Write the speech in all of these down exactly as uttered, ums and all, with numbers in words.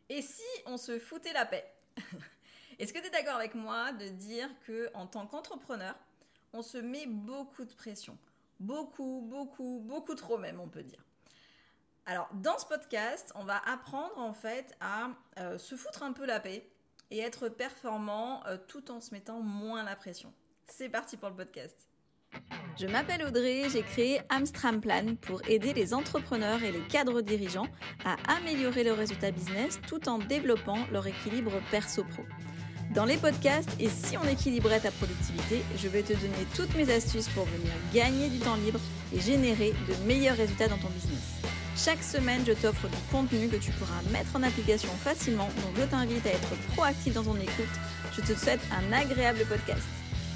Et si on se foutait la paix? Est-ce que tu es d'accord avec moi de dire que en tant qu'entrepreneur, on se met beaucoup de pression? Beaucoup, beaucoup, beaucoup trop même, on peut dire. Alors, dans ce podcast, on va apprendre en fait à euh, se foutre un peu la paix et être performant euh, tout en se mettant moins la pression. C'est parti pour le podcast. Je m'appelle Audrey, j'ai créé Amstram Plan pour aider les entrepreneurs et les cadres dirigeants à améliorer leurs résultats business tout en développant leur équilibre perso-pro. Dans les podcasts et si on équilibrait ta productivité, je vais te donner toutes mes astuces pour venir gagner du temps libre et générer de meilleurs résultats dans ton business. Chaque semaine, je t'offre du contenu que tu pourras mettre en application facilement, donc je t'invite à être proactif dans ton écoute. Je te souhaite un agréable podcast.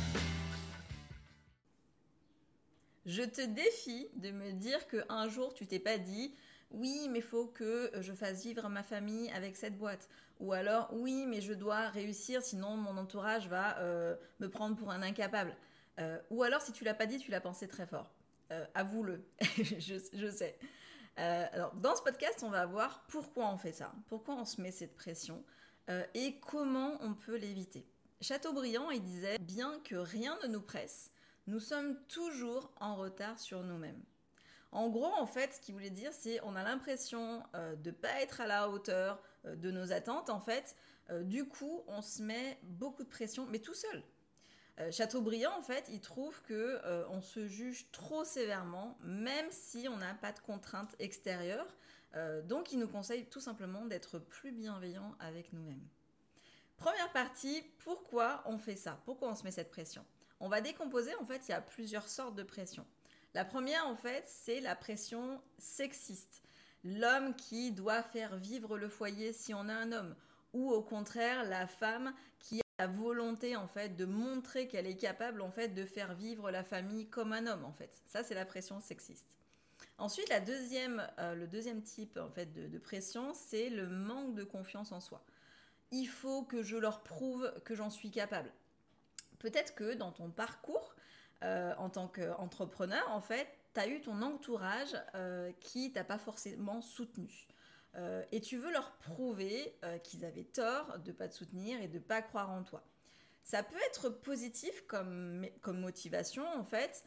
Je te défie de me dire qu'un jour tu t'es pas dit oui mais il faut que je fasse vivre ma famille avec cette boîte, ou alors oui mais je dois réussir sinon mon entourage va euh, me prendre pour un incapable, euh, ou alors si tu l'as pas dit tu l'as pensé très fort. Euh, avoue-le. je, je sais. Euh, alors dans ce podcast on va voir pourquoi on fait ça, pourquoi on se met cette pression euh, et comment on peut l'éviter. Chateaubriand il disait bien que rien ne nous presse, nous sommes toujours en retard sur nous-mêmes. En gros, en fait, ce qu'il voulait dire, c'est on a l'impression euh, de ne pas être à la hauteur euh, de nos attentes, en fait. Euh, du coup, on se met beaucoup de pression, mais tout seul. Euh, Chateaubriand, en fait, il trouve que euh, on se juge trop sévèrement, même si on n'a pas de contraintes extérieures. Euh, donc, il nous conseille tout simplement d'être plus bienveillant avec nous-mêmes. Première partie, pourquoi on fait ça? Pourquoi on se met cette pression? On va décomposer, en fait, il y a plusieurs sortes de pression. La première, en fait, c'est la pression sexiste. L'homme qui doit faire vivre le foyer si on a un homme. Ou au contraire, la femme qui a la volonté, en fait, de montrer qu'elle est capable, en fait, de faire vivre la famille comme un homme, en fait. Ça, c'est la pression sexiste. Ensuite, la deuxième, euh, le deuxième type, en fait, de, de pression, c'est le manque de confiance en soi. Il faut que je leur prouve que j'en suis capable. Peut-être que dans ton parcours, euh, en tant qu'entrepreneur, en fait, tu as eu ton entourage euh, qui t'a pas forcément soutenu. Euh, et tu veux leur prouver euh, qu'ils avaient tort de ne pas te soutenir et de ne pas croire en toi. Ça peut être positif comme, comme motivation, en fait,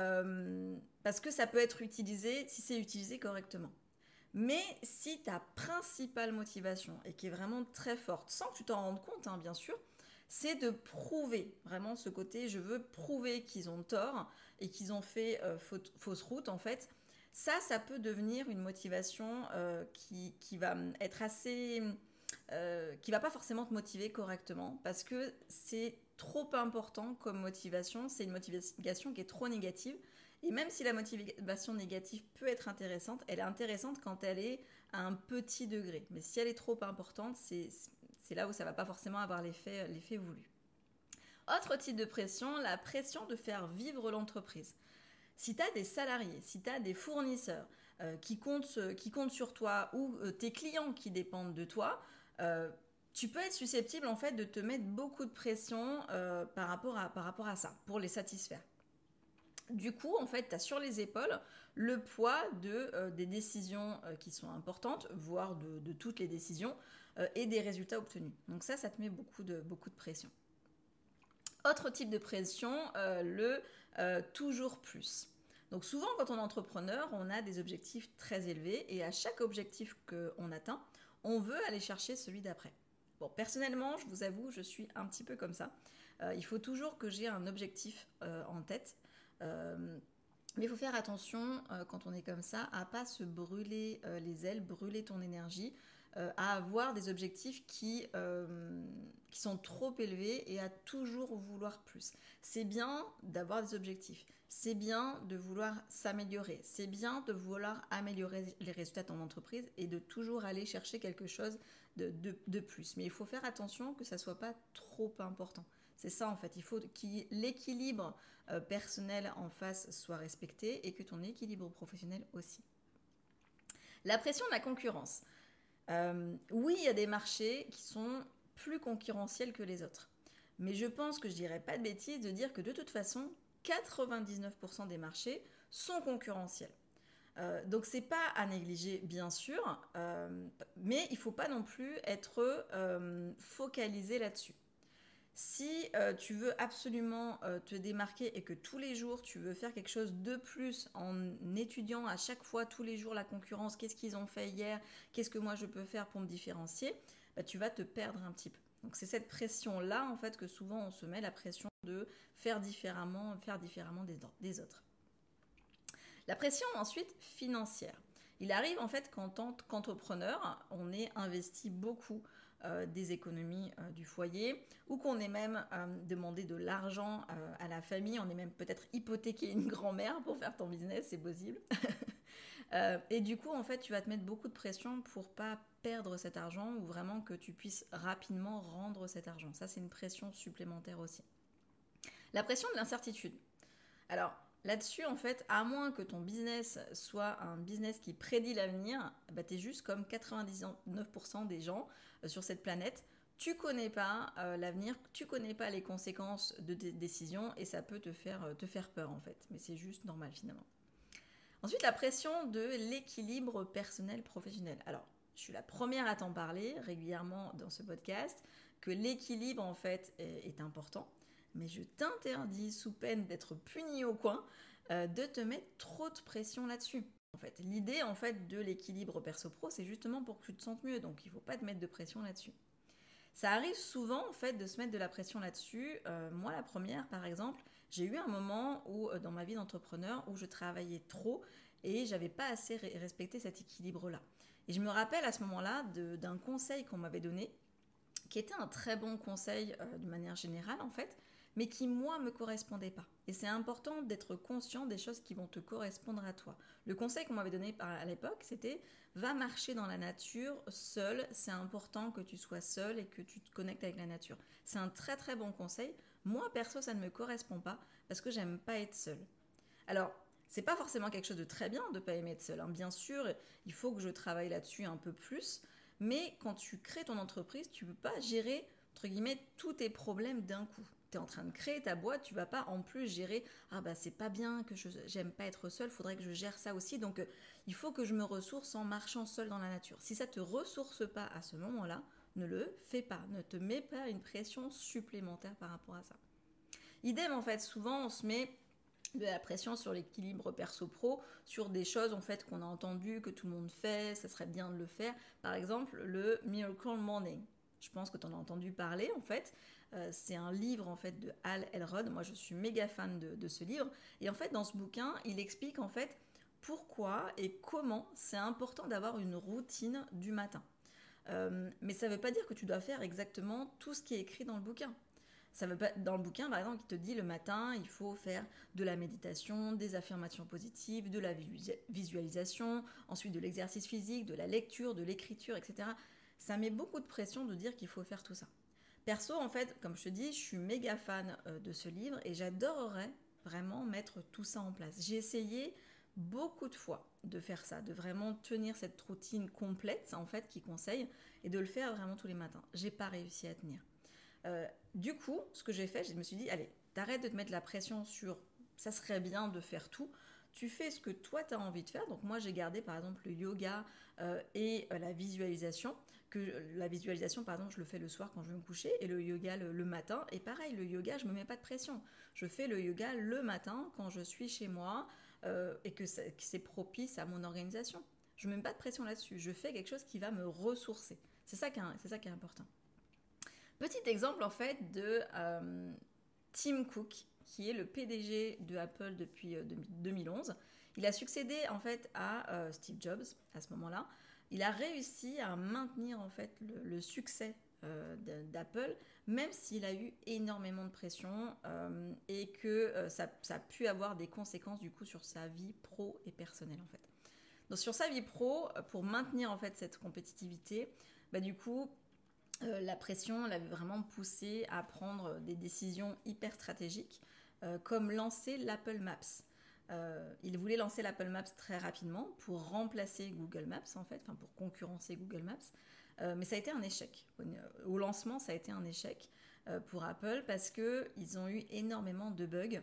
euh, parce que ça peut être utilisé si c'est utilisé correctement. Mais si ta principale motivation, et qui est vraiment très forte, sans que tu t'en rendes compte, hein, bien sûr, c'est de prouver, vraiment ce côté, je veux prouver qu'ils ont tort et qu'ils ont fait euh, faute, fausse route, en fait, ça, ça peut devenir une motivation euh, qui, qui va être assez... Euh, qui va pas forcément te motiver correctement, parce que c'est trop important comme motivation, c'est une motivation qui est trop négative. Et même si la motivation négative peut être intéressante, elle est intéressante quand elle est à un petit degré. Mais si elle est trop importante, c'est, c'est là où ça ne va pas forcément avoir l'effet, l'effet voulu. Autre type de pression, la pression de faire vivre l'entreprise. Si tu as des salariés, si tu as des fournisseurs euh, qui, comptent, qui comptent sur toi, ou euh, tes clients qui dépendent de toi, euh, tu peux être susceptible en fait de te mettre beaucoup de pression euh, par, rapport à, par rapport à ça, pour les satisfaire. Du coup, en fait, tu as sur les épaules le poids de, euh, des décisions euh, qui sont importantes, voire de, de toutes les décisions, euh, et des résultats obtenus. Donc ça, ça te met beaucoup de, beaucoup de pression. Autre type de pression, euh, le euh, toujours plus. Donc souvent, quand on est entrepreneur, on a des objectifs très élevés, et à chaque objectif qu'on atteint, on veut aller chercher celui d'après. Bon, personnellement, je vous avoue, je suis un petit peu comme ça. Euh, il faut toujours que j'ai un objectif euh, en tête. Euh, mais il faut faire attention euh, quand on est comme ça à pas se brûler euh, les ailes, brûler ton énergie, euh, à avoir des objectifs qui, euh, qui sont trop élevés et à toujours vouloir plus. C'est bien d'avoir des objectifs, c'est bien de vouloir s'améliorer, c'est bien de vouloir améliorer les résultats de ton entreprise et de toujours aller chercher quelque chose de, de, de plus. Mais il faut faire attention que ça ne soit pas trop important. C'est ça en fait, il faut que l'équilibre euh, personnel en face soit respecté et que ton équilibre professionnel aussi. La pression de la concurrence. Euh, oui, il y a des marchés qui sont plus concurrentiels que les autres. Mais je pense que je dirais pas de bêtises de dire que de toute façon, quatre-vingt-dix-neuf pour cent des marchés sont concurrentiels. Euh, donc c'est pas à négliger bien sûr, euh, mais il faut pas non plus être euh, focalisé là-dessus. Si euh, tu veux absolument euh, te démarquer et que tous les jours tu veux faire quelque chose de plus en étudiant à chaque fois tous les jours la concurrence, qu'est-ce qu'ils ont fait hier, qu'est-ce que moi je peux faire pour me différencier, bah, tu vas te perdre un petit peu. Donc c'est cette pression-là en fait que souvent on se met, la pression de faire différemment, faire différemment des, des autres. La pression ensuite financière. Il arrive en fait qu'en tant qu'entrepreneur, on ait investi beaucoup euh, des économies euh, du foyer ou qu'on ait même euh, demandé de l'argent euh, à la famille, on ait même peut-être hypothéqué une grand-mère pour faire ton business, c'est possible. euh, et du coup, en fait, tu vas te mettre beaucoup de pression pour pas perdre cet argent ou vraiment que tu puisses rapidement rendre cet argent. Ça, c'est une pression supplémentaire aussi. La pression de l'incertitude. Alors, là-dessus, en fait, à moins que ton business soit un business qui prédit l'avenir, bah, tu es juste comme quatre-vingt-dix-neuf pour cent des gens euh, sur cette planète. Tu connais pas euh, l'avenir, tu connais pas les conséquences de tes décisions et ça peut te faire, euh, te faire peur en fait. Mais c'est juste normal finalement. Ensuite, la pression de l'équilibre personnel-professionnel. Alors, je suis la première à t'en parler régulièrement dans ce podcast, que l'équilibre en fait est, est important. Mais je t'interdis, sous peine d'être puni au coin, euh, de te mettre trop de pression là-dessus. En fait, l'idée en fait de l'équilibre perso-pro, c'est justement pour que tu te sentes mieux. Donc, il ne faut pas te mettre de pression là-dessus. Ça arrive souvent en fait de se mettre de la pression là-dessus. Euh, moi, la première, par exemple, j'ai eu un moment où, euh, dans ma vie d'entrepreneur, où je travaillais trop et j'avais pas assez ré- respecté cet équilibre-là. Et je me rappelle à ce moment-là de, d'un conseil qu'on m'avait donné, qui était un très bon conseil euh, de manière générale en fait, mais qui moi me correspondait pas. Et c'est important d'être conscient des choses qui vont te correspondre à toi. Le conseil qu'on m'avait donné à l'époque, c'était va marcher dans la nature seul. C'est important que tu sois seul et que tu te connectes avec la nature. C'est un très très bon conseil. Moi perso, ça ne me correspond pas parce que j'aime pas être seule. Alors, c'est pas forcément quelque chose de très bien de pas aimer être seul. Hein. Bien sûr, il faut que je travaille là-dessus un peu plus. Mais quand tu crées ton entreprise, tu ne peux pas gérer, entre guillemets, tous tes problèmes d'un coup. Tu es en train de créer ta boîte, tu vas pas en plus gérer « Ah bah c'est pas bien, que je j'aime pas être seule, faudrait que je gère ça aussi. » Donc euh, il faut que je me ressource en marchant seule dans la nature. Si ça te ressource pas à ce moment-là, ne le fais pas. Ne te mets pas une pression supplémentaire par rapport à ça. Idem en fait, souvent on se met de la pression sur l'équilibre perso-pro, sur des choses en fait qu'on a entendues, que tout le monde fait, ça serait bien de le faire. Par exemple, le Miracle Morning. Je pense que tu en as entendu parler en fait. Euh, c'est un livre en fait de Hal Elrod. Moi, je suis méga fan de, de ce livre. Et en fait, dans ce bouquin, il explique en fait pourquoi et comment c'est important d'avoir une routine du matin. Euh, mais ça ne veut pas dire que tu dois faire exactement tout ce qui est écrit dans le bouquin. Ça veut pas, dans le bouquin, par exemple, il te dit le matin, il faut faire de la méditation, des affirmations positives, de la visualisation, ensuite de l'exercice physique, de la lecture, de l'écriture, et cetera. Ça met beaucoup de pression de dire qu'il faut faire tout ça. Perso, en fait, comme je te dis, je suis méga fan euh, de ce livre et j'adorerais vraiment mettre tout ça en place. J'ai essayé beaucoup de fois de faire ça, de vraiment tenir cette routine complète, en fait, qui conseille, et de le faire vraiment tous les matins. J'ai pas réussi à tenir. Euh, du coup, ce que j'ai fait, je me suis dit, allez, t'arrêtes de te mettre la pression sur ça serait bien de faire tout. Tu fais ce que toi, tu as envie de faire. Donc moi, j'ai gardé par exemple le yoga euh, et euh, la visualisation. Que la visualisation, par exemple, je le fais le soir quand je vais me coucher et le yoga le, le matin. Et pareil, le yoga, je ne me mets pas de pression. Je fais le yoga le matin quand je suis chez moi euh, et que, ça, que c'est propice à mon organisation. Je ne me mets pas de pression là-dessus. Je fais quelque chose qui va me ressourcer. C'est ça qui est, c'est ça qui est important. Petit exemple en fait de euh, Tim Cook, qui est le P D G de Apple depuis euh, deux mille onze. Il a succédé en fait à euh, Steve Jobs à ce moment-là. Il a réussi à maintenir en fait le, le succès euh, d'Apple, même s'il a eu énormément de pression euh, et que euh, ça, ça a pu avoir des conséquences du coup sur sa vie pro et personnelle en fait. Donc sur sa vie pro, pour maintenir en fait cette compétitivité, bah, du coup Euh, la pression l'avait vraiment poussé à prendre des décisions hyper stratégiques, euh, comme lancer l'Apple Maps. Euh, il voulait lancer l'Apple Maps très rapidement pour remplacer Google Maps, en fait, enfin pour concurrencer Google Maps. Euh, mais ça a été un échec. Au, au lancement, ça a été un échec euh, pour Apple parce qu'ils ont eu énormément de bugs.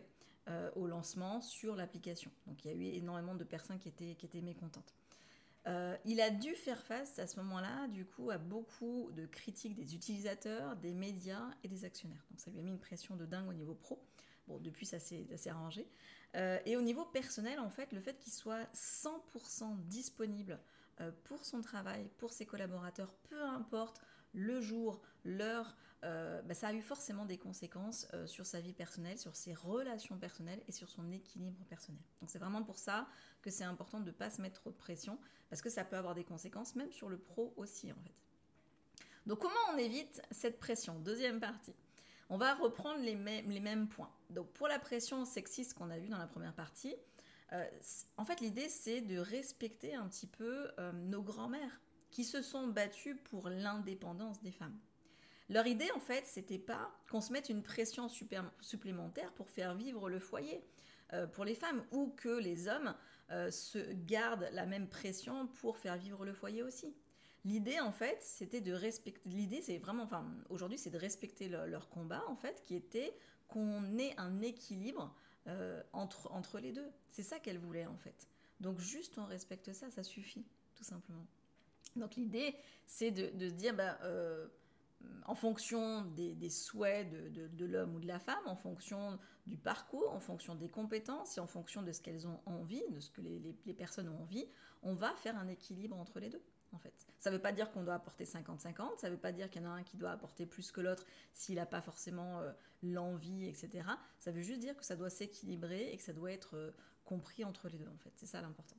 euh, au lancement sur l'application. Donc il y a eu énormément de personnes qui étaient, qui étaient mécontentes. Euh, il a dû faire face à ce moment-là, du coup, à beaucoup de critiques des utilisateurs, des médias et des actionnaires. Donc ça lui a mis une pression de dingue au niveau pro. Bon, depuis, ça s'est, ça s'est arrangé. Euh, et au niveau personnel, en fait, le fait qu'il soit cent pour cent disponible euh, pour son travail, pour ses collaborateurs, peu importe le jour, l'heure, euh, bah, ça a eu forcément des conséquences euh, sur sa vie personnelle, sur ses relations personnelles et sur son équilibre personnel. Donc c'est vraiment pour ça que c'est important de ne pas se mettre trop de pression, parce que ça peut avoir des conséquences, même sur le pro aussi, en fait. Donc comment on évite cette pression? Deuxième partie. On va reprendre les mêmes, les mêmes points. Donc pour la pression sexiste qu'on a vue dans la première partie, euh, en fait l'idée c'est de respecter un petit peu euh, nos grands-mères qui se sont battues pour l'indépendance des femmes. Leur idée en fait c'était pas qu'on se mette une pression super, supplémentaire pour faire vivre le foyer euh, pour les femmes, ou que les hommes euh, se gardent la même pression pour faire vivre le foyer aussi. L'idée, en fait, c'était de respecter. L'idée, c'est vraiment, enfin, aujourd'hui, c'est de respecter le- leur combat, en fait, qui était qu'on ait un équilibre euh, entre, entre les deux. C'est ça qu'elle voulait, en fait. Donc, juste on respecte ça, ça suffit, tout simplement. Donc, l'idée, c'est de, de se dire, bah, euh, en fonction des, des souhaits de, de, de l'homme ou de la femme, en fonction du parcours, en fonction des compétences et en fonction de ce qu'elles ont envie, de ce que les, les, les personnes ont envie, on va faire un équilibre entre les deux. En fait. Ça ne veut pas dire qu'on doit apporter cinquante cinquante, ça ne veut pas dire qu'il y en a un qui doit apporter plus que l'autre s'il n'a pas forcément euh, l'envie, et cetera. Ça veut juste dire que ça doit s'équilibrer et que ça doit être euh, compris entre les deux, en fait. C'est ça l'important.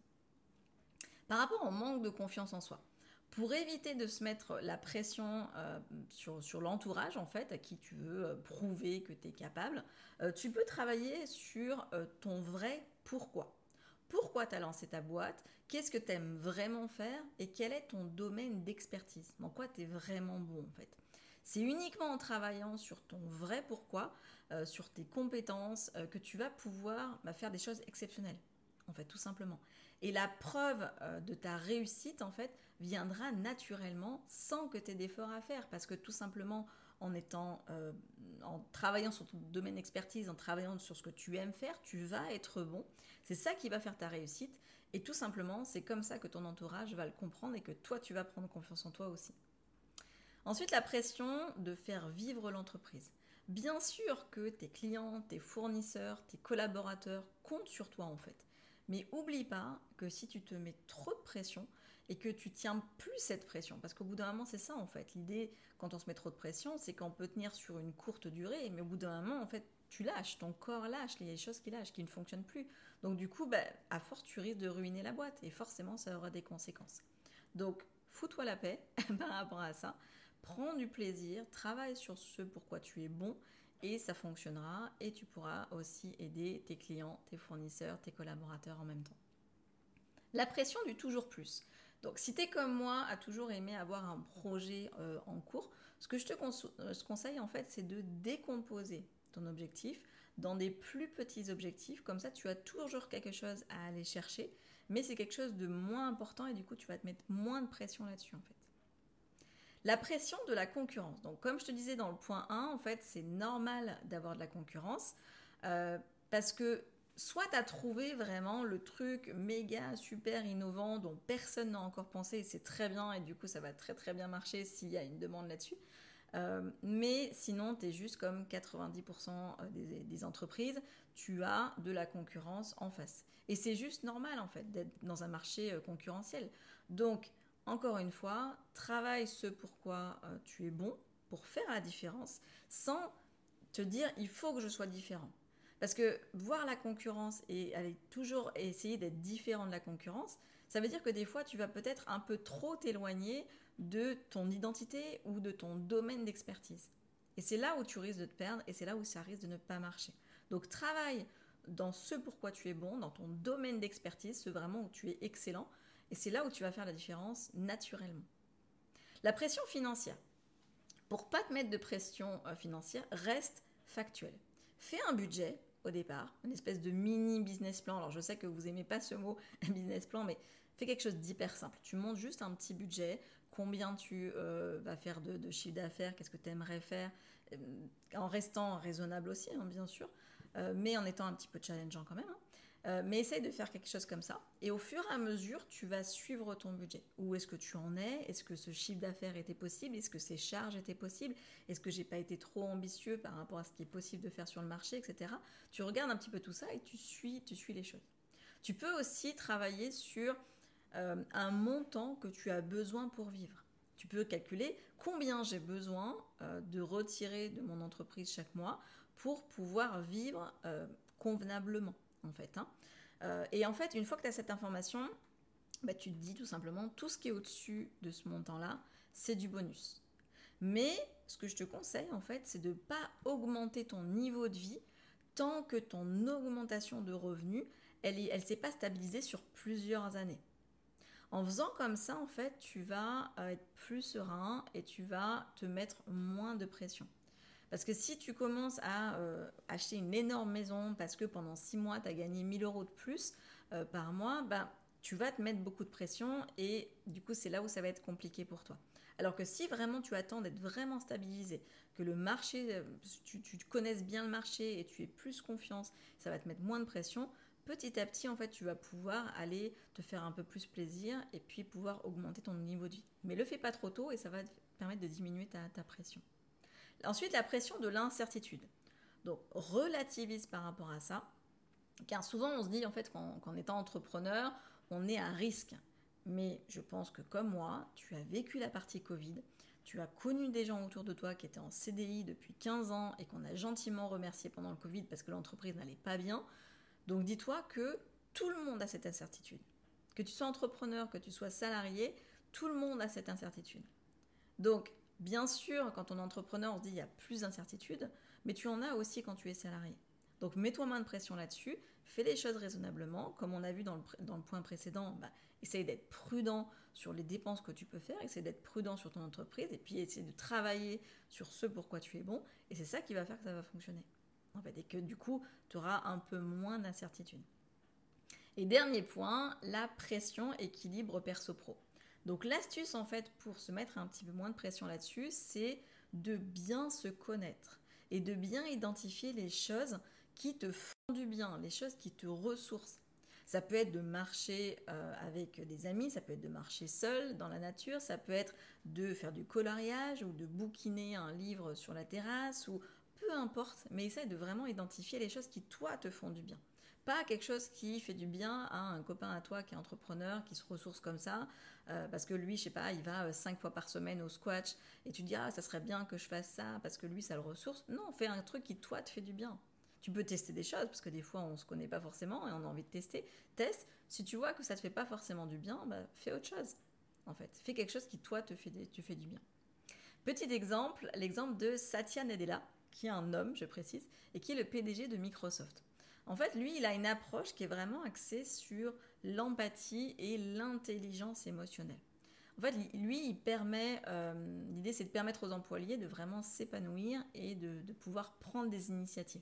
Par rapport au manque de confiance en soi, pour éviter de se mettre la pression euh, sur, sur l'entourage, en fait, à qui tu veux euh, prouver que tu es capable, euh, tu peux travailler sur euh, ton vrai pourquoi. Pourquoi tu as lancé ta boîte? Qu'est-ce que tu aimes vraiment faire? Et quel est ton domaine d'expertise? Dans quoi tu es vraiment bon, en fait? C'est uniquement en travaillant sur ton vrai pourquoi, euh, sur tes compétences, euh, que tu vas pouvoir bah, faire des choses exceptionnelles, en fait, tout simplement. Et la preuve euh, de ta réussite, en fait, viendra naturellement sans que tu aies d'efforts à faire, parce que tout simplement, en étant, euh, en travaillant sur ton domaine d'expertise, en travaillant sur ce que tu aimes faire, tu vas être bon. C'est ça qui va faire ta réussite. Et tout simplement, c'est comme ça que ton entourage va le comprendre et que toi, tu vas prendre confiance en toi aussi. Ensuite, la pression de faire vivre l'entreprise. Bien sûr que tes clients, tes fournisseurs, tes collaborateurs comptent sur toi en fait. Mais oublie pas que si tu te mets trop de pression et que tu tiens plus cette pression, parce qu'au bout d'un moment c'est ça en fait, l'idée quand on se met trop de pression c'est qu'on peut tenir sur une courte durée, mais au bout d'un moment en fait tu lâches, ton corps lâche, il y a des choses qui lâchent, qui ne fonctionnent plus. Donc du coup, bah, à force tu risques de ruiner la boîte et forcément ça aura des conséquences. Donc fous-toi la paix par rapport à ça. Prends du plaisir, travaille sur ce pourquoi tu es bon et ça fonctionnera et tu pourras aussi aider tes clients, tes fournisseurs, tes collaborateurs en même temps. La pression du toujours plus. Donc si tu es comme moi à toujours aimer avoir un projet euh, en cours, ce que je te cons- euh, conseille en fait c'est de décomposer ton objectif dans des plus petits objectifs, comme ça tu as toujours quelque chose à aller chercher, mais c'est quelque chose de moins important et du coup tu vas te mettre moins de pression là-dessus en fait. La pression de la concurrence. Donc, comme je te disais dans le point un, en fait, c'est normal d'avoir de la concurrence euh, parce que soit tu as trouvé vraiment le truc méga super innovant dont personne n'a encore pensé et c'est très bien et du coup, ça va très très bien marcher s'il y a une demande là-dessus. Euh, mais sinon, tu es juste comme quatre-vingt-dix pour cent des, des entreprises, tu as de la concurrence en face. Et c'est juste normal en fait d'être dans un marché euh, concurrentiel. Donc, encore une fois, travaille ce pourquoi euh, tu es bon pour faire la différence sans te dire il faut que je sois différent. Parce que voir la concurrence et aller toujours essayer d'être différent de la concurrence, ça veut dire que des fois tu vas peut-être un peu trop t'éloigner de ton identité ou de ton domaine d'expertise. Et c'est là où tu risques de te perdre et c'est là où ça risque de ne pas marcher. Donc travaille dans ce pourquoi tu es bon, dans ton domaine d'expertise, ce vraiment où tu es excellent. Et c'est là où tu vas faire la différence naturellement. La pression financière. Pour pas te mettre de pression financière, reste factuel. Fais un budget au départ, une espèce de mini business plan. Alors je sais que vous n'aimez pas ce mot business plan, mais fais quelque chose d'hyper simple. Tu montes juste un petit budget, combien tu euh, vas faire de, de chiffre d'affaires, qu'est-ce que tu aimerais faire, euh, en restant raisonnable aussi, hein, bien sûr. euh, mais en étant un petit peu challengeant quand même. Hein. Euh, mais essaye de faire quelque chose comme ça. Et au fur et à mesure, tu vas suivre ton budget. Où est-ce que tu en es? Est-ce que ce chiffre d'affaires était possible? Est-ce que ces charges étaient possibles? Est-ce que j'ai pas été trop ambitieux par rapport à ce qui est possible de faire sur le marché, et cetera. Tu regardes un petit peu tout ça et tu suis, tu suis les choses. Tu peux aussi travailler sur euh, un montant que tu as besoin pour vivre. Tu peux calculer combien j'ai besoin euh, de retirer de mon entreprise chaque mois pour pouvoir vivre euh, convenablement, en fait. Hein. Euh, et en fait, une fois que tu as cette information, bah, tu te dis tout simplement, tout ce qui est au-dessus de ce montant-là, c'est du bonus. Mais ce que je te conseille, en fait, c'est de ne pas augmenter ton niveau de vie tant que ton augmentation de revenus, elle ne s'est pas stabilisée sur plusieurs années. En faisant comme ça, en fait, tu vas être plus serein et tu vas te mettre moins de pression. Parce que si tu commences à euh, acheter une énorme maison parce que pendant six mois, tu as gagné mille euros de plus euh, par mois, bah, tu vas te mettre beaucoup de pression et du coup, c'est là où ça va être compliqué pour toi. Alors que si vraiment tu attends d'être vraiment stabilisé, que le marché, tu, tu connaisses bien le marché et tu aies plus confiance, ça va te mettre moins de pression, petit à petit, en fait, tu vas pouvoir aller te faire un peu plus plaisir et puis pouvoir augmenter ton niveau de vie. Mais le fais pas trop tôt et ça va te permettre de diminuer ta, ta pression. Ensuite, la pression de l'incertitude. Donc, relativise par rapport à ça, car souvent on se dit en fait qu'en, qu'en étant entrepreneur, on est à risque. Mais je pense que comme moi, tu as vécu la partie Covid, tu as connu des gens autour de toi qui étaient en C D I depuis quinze ans et qu'on a gentiment remercié pendant le Covid parce que l'entreprise n'allait pas bien. Donc dis-toi que tout le monde a cette incertitude. Que tu sois entrepreneur, que tu sois salarié, tout le monde a cette incertitude. Donc, bien sûr, quand on est entrepreneur, on se dit qu'il y a plus d'incertitudes, mais tu en as aussi quand tu es salarié. Donc, mets-toi moins de pression là-dessus, fais les choses raisonnablement. Comme on a vu dans le, dans le point précédent, bah, essaye d'être prudent sur les dépenses que tu peux faire, essaye d'être prudent sur ton entreprise, et puis essaye de travailler sur ce pourquoi tu es bon, et c'est ça qui va faire que ça va fonctionner. En fait, et que du coup, tu auras un peu moins d'incertitude. Et dernier point, la pression équilibre perso-pro. Donc l'astuce en fait pour se mettre un petit peu moins de pression là-dessus, c'est de bien se connaître et de bien identifier les choses qui te font du bien, les choses qui te ressourcent. Ça peut être de marcher euh, avec des amis, ça peut être de marcher seul dans la nature, ça peut être de faire du coloriage ou de bouquiner un livre sur la terrasse ou peu importe, mais essaye de vraiment identifier les choses qui toi te font du bien. Pas quelque chose qui fait du bien à un copain à toi qui est entrepreneur, qui se ressource comme ça, euh, parce que lui, je sais pas, il va cinq fois par semaine au squash et tu te dis, ah, ça serait bien que je fasse ça parce que lui, ça le ressource. Non, fais un truc qui, toi, te fait du bien. Tu peux tester des choses parce que des fois, on ne se connaît pas forcément et on a envie de tester. Teste. Si tu vois que ça ne te fait pas forcément du bien, bah, fais autre chose. En fait, fais quelque chose qui, toi, te fait, te fait du bien. Petit exemple, l'exemple de Satya Nadella, qui est un homme, je précise, et qui est le P D G de Microsoft. En fait, lui, il a une approche qui est vraiment axée sur l'empathie et l'intelligence émotionnelle. En fait, lui, il permet, euh, l'idée c'est de permettre aux employés de vraiment s'épanouir et de, de pouvoir prendre des initiatives.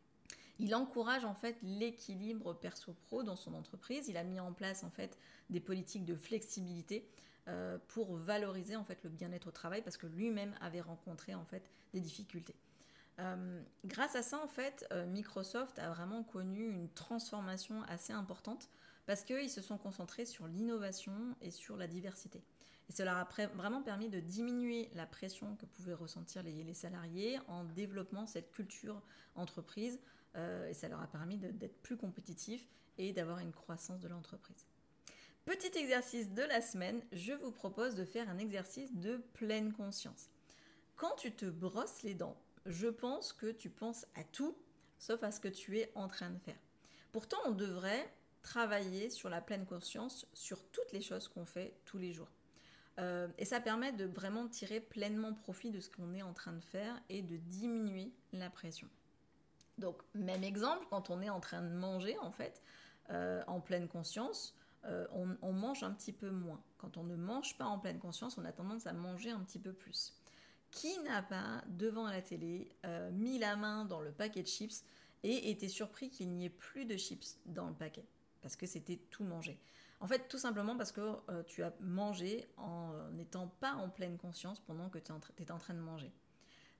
Il encourage en fait l'équilibre perso-pro dans son entreprise. Il a mis en place en fait des politiques de flexibilité euh, pour valoriser en fait le bien-être au travail parce que lui-même avait rencontré en fait des difficultés. Euh, grâce à ça, en fait, euh, Microsoft a vraiment connu une transformation assez importante parce qu'ils se sont concentrés sur l'innovation et sur la diversité. Et cela a vraiment permis de diminuer la pression que pouvaient ressentir les, les salariés en développant cette culture entreprise euh, et ça leur a permis de, d'être plus compétitifs et d'avoir une croissance de l'entreprise. Petit exercice de la semaine, je vous propose de faire un exercice de pleine conscience. Quand tu te brosses les dents, je pense que tu penses à tout, sauf à ce que tu es en train de faire. Pourtant, on devrait travailler sur la pleine conscience sur toutes les choses qu'on fait tous les jours. Euh, et ça permet de vraiment tirer pleinement profit de ce qu'on est en train de faire et de diminuer la pression. Donc, même exemple, quand on est en train de manger, en fait, euh, en pleine conscience, euh, on, on mange un petit peu moins. Quand on ne mange pas en pleine conscience, on a tendance à manger un petit peu plus. Qui n'a pas, devant la télé, euh, mis la main dans le paquet de chips et était surpris qu'il n'y ait plus de chips dans le paquet parce que c'était tout mangé. En fait, tout simplement parce que euh, tu as mangé en n'étant pas en pleine conscience pendant que tu es en train de manger.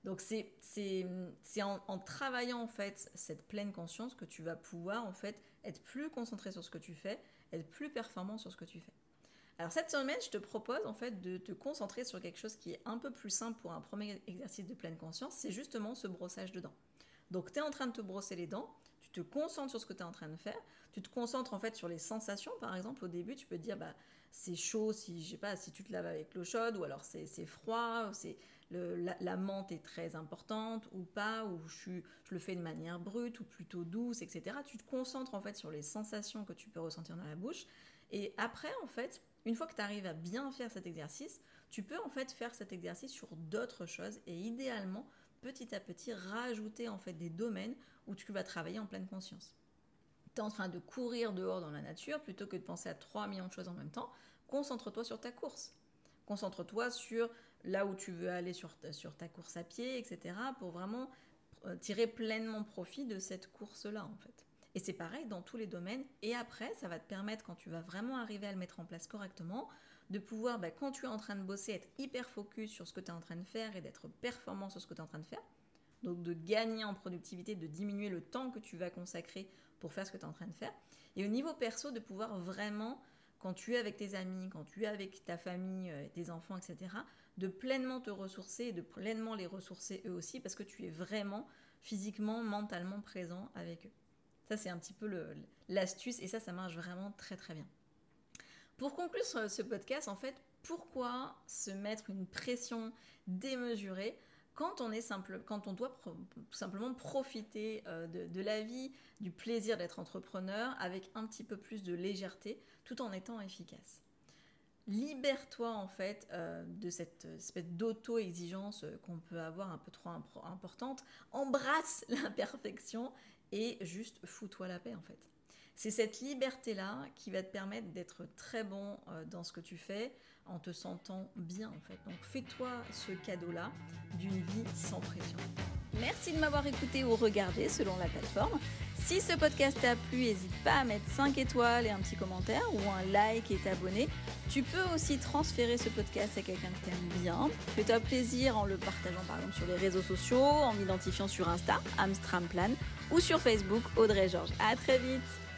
Donc c'est, c'est, c'est en, en travaillant en fait cette pleine conscience que tu vas pouvoir en fait être plus concentré sur ce que tu fais, être plus performant sur ce que tu fais. Alors cette semaine, je te propose en fait de te concentrer sur quelque chose qui est un peu plus simple pour un premier exercice de pleine conscience, c'est justement ce brossage de dents. Donc tu es en train de te brosser les dents, tu te concentres sur ce que tu es en train de faire, tu te concentres en fait sur les sensations. Par exemple, au début, tu peux te dire bah c'est chaud si je sais pas si tu te laves avec l'eau chaude, ou alors c'est, c'est froid, ou c'est le, la, la menthe est très importante ou pas, ou je, suis, je le fais de manière brute ou plutôt douce, et cetera. Tu te concentres en fait sur les sensations que tu peux ressentir dans la bouche. Et après, en fait, une fois que tu arrives à bien faire cet exercice, tu peux en fait faire cet exercice sur d'autres choses et idéalement, petit à petit, rajouter en fait des domaines où tu vas travailler en pleine conscience. Tu es en train de courir dehors dans la nature, plutôt que de penser à trois millions de choses en même temps, concentre-toi sur ta course. Concentre-toi sur là où tu veux aller sur ta, sur ta course à pied, et cetera, pour vraiment tirer pleinement profit de cette course-là, en fait. Et c'est pareil dans tous les domaines. Et après, ça va te permettre, quand tu vas vraiment arriver à le mettre en place correctement, de pouvoir, bah, quand tu es en train de bosser, être hyper focus sur ce que tu es en train de faire et d'être performant sur ce que tu es en train de faire. Donc de gagner en productivité, de diminuer le temps que tu vas consacrer pour faire ce que tu es en train de faire. Et au niveau perso, de pouvoir vraiment, quand tu es avec tes amis, quand tu es avec ta famille, tes enfants, et cetera, de pleinement te ressourcer et de pleinement les ressourcer eux aussi, parce que tu es vraiment physiquement, mentalement présent avec eux. Ça, c'est un petit peu le, l'astuce, et ça, ça marche vraiment très très bien. Pour conclure sur ce podcast, en fait, pourquoi se mettre une pression démesurée quand on, est simple, quand on doit pro, tout simplement profiter euh, de, de la vie, du plaisir d'être entrepreneur avec un petit peu plus de légèreté, tout en étant efficace. Libère-toi en fait euh, de cette espèce d'auto-exigence qu'on peut avoir un peu trop imp- importante. Embrasse l'imperfection et juste fous-toi la paix en fait. C'est cette liberté-là qui va te permettre d'être très bon euh, dans ce que tu fais en te sentant bien en fait. Donc fais-toi ce cadeau-là d'une vie sans pression. Merci de m'avoir écouté ou regardé selon la plateforme. Si ce podcast t'a plu, n'hésite pas à mettre cinq étoiles et un petit commentaire ou un like et t'abonner. Tu peux aussi transférer ce podcast à quelqu'un que t'aimes bien. Fais-toi plaisir en le partageant par exemple sur les réseaux sociaux, en m'identifiant sur Insta, Amstramplan, ou sur Facebook, Audrey Georges. À très vite.